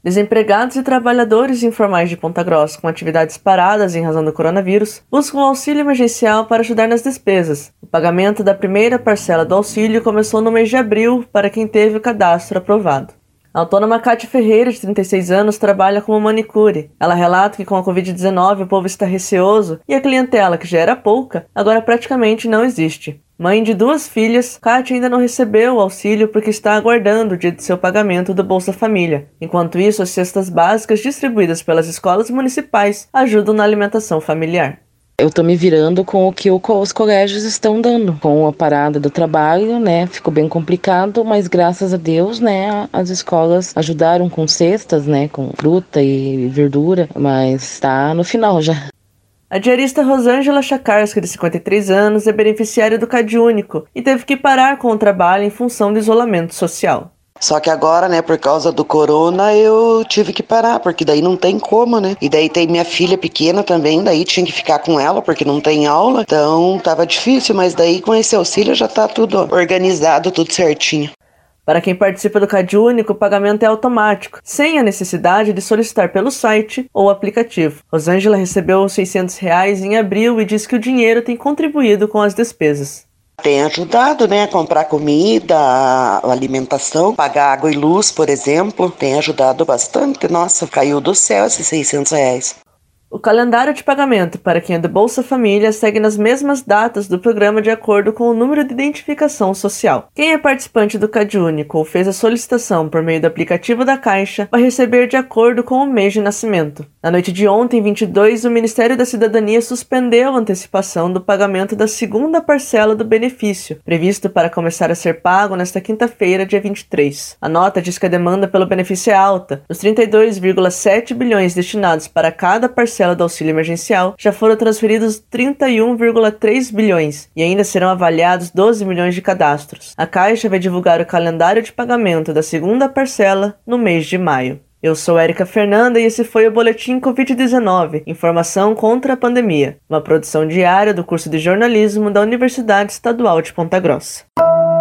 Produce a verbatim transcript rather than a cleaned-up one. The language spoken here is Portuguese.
Desempregados e trabalhadores informais de Ponta Grossa com atividades paradas em razão do coronavírus buscam auxílio emergencial para ajudar nas despesas. O pagamento da primeira parcela do auxílio começou no mês de abril para quem teve o cadastro aprovado. A autônoma Cátia Ferreira, de trinta e seis anos, trabalha como manicure. Ela relata que com a covid dezenove o povo está receoso e a clientela, que já era pouca, agora praticamente não existe. Mãe de duas filhas, Cátia ainda não recebeu o auxílio porque está aguardando o dia de seu pagamento do Bolsa Família. Enquanto isso, as cestas básicas distribuídas pelas escolas municipais ajudam na alimentação familiar. Eu tô me virando com o que os colégios estão dando. Com a parada do trabalho, né, ficou bem complicado, mas graças a Deus, né, as escolas ajudaram com cestas, né, com fruta e verdura, mas tá no final já. A diarista Rosângela Chakarska, de cinquenta e três anos, é beneficiária do CadÚnico e teve que parar com o trabalho em função do isolamento social. Só que agora, né, por causa do corona, eu tive que parar, porque daí não tem como, né? E daí tem minha filha pequena também, daí tinha que ficar com ela, porque não tem aula. Então tava difícil, mas daí com esse auxílio já tá tudo organizado, tudo certinho. Para quem participa do CadÚnico, o pagamento é automático, sem a necessidade de solicitar pelo site ou aplicativo. Rosângela recebeu seiscentos reais em abril e diz que o dinheiro tem contribuído com as despesas. Tem ajudado, né, a comprar comida, a alimentação, pagar água e luz, por exemplo. Tem ajudado bastante. Nossa, caiu do céu esses seiscentos reais. O calendário de pagamento para quem é do Bolsa Família segue nas mesmas datas do programa de acordo com o número de identificação social. Quem é participante do CadÚnico ou fez a solicitação por meio do aplicativo da Caixa vai receber de acordo com o mês de nascimento. Na noite de ontem, vinte e dois, o Ministério da Cidadania suspendeu a antecipação do pagamento da segunda parcela do benefício, previsto para começar a ser pago nesta quinta-feira, dia vinte e três. A nota diz que a demanda pelo benefício é alta. Os trinta e dois vírgula sete bilhões destinados para cada parcela do auxílio emergencial, já foram transferidos trinta e um vírgula três bilhões e ainda serão avaliados doze milhões de cadastros. A Caixa vai divulgar o calendário de pagamento da segunda parcela no mês de maio. Eu sou Érica Fernanda e esse foi o Boletim covid dezenove, Informação contra a Pandemia, uma produção diária do curso de jornalismo da Universidade Estadual de Ponta Grossa.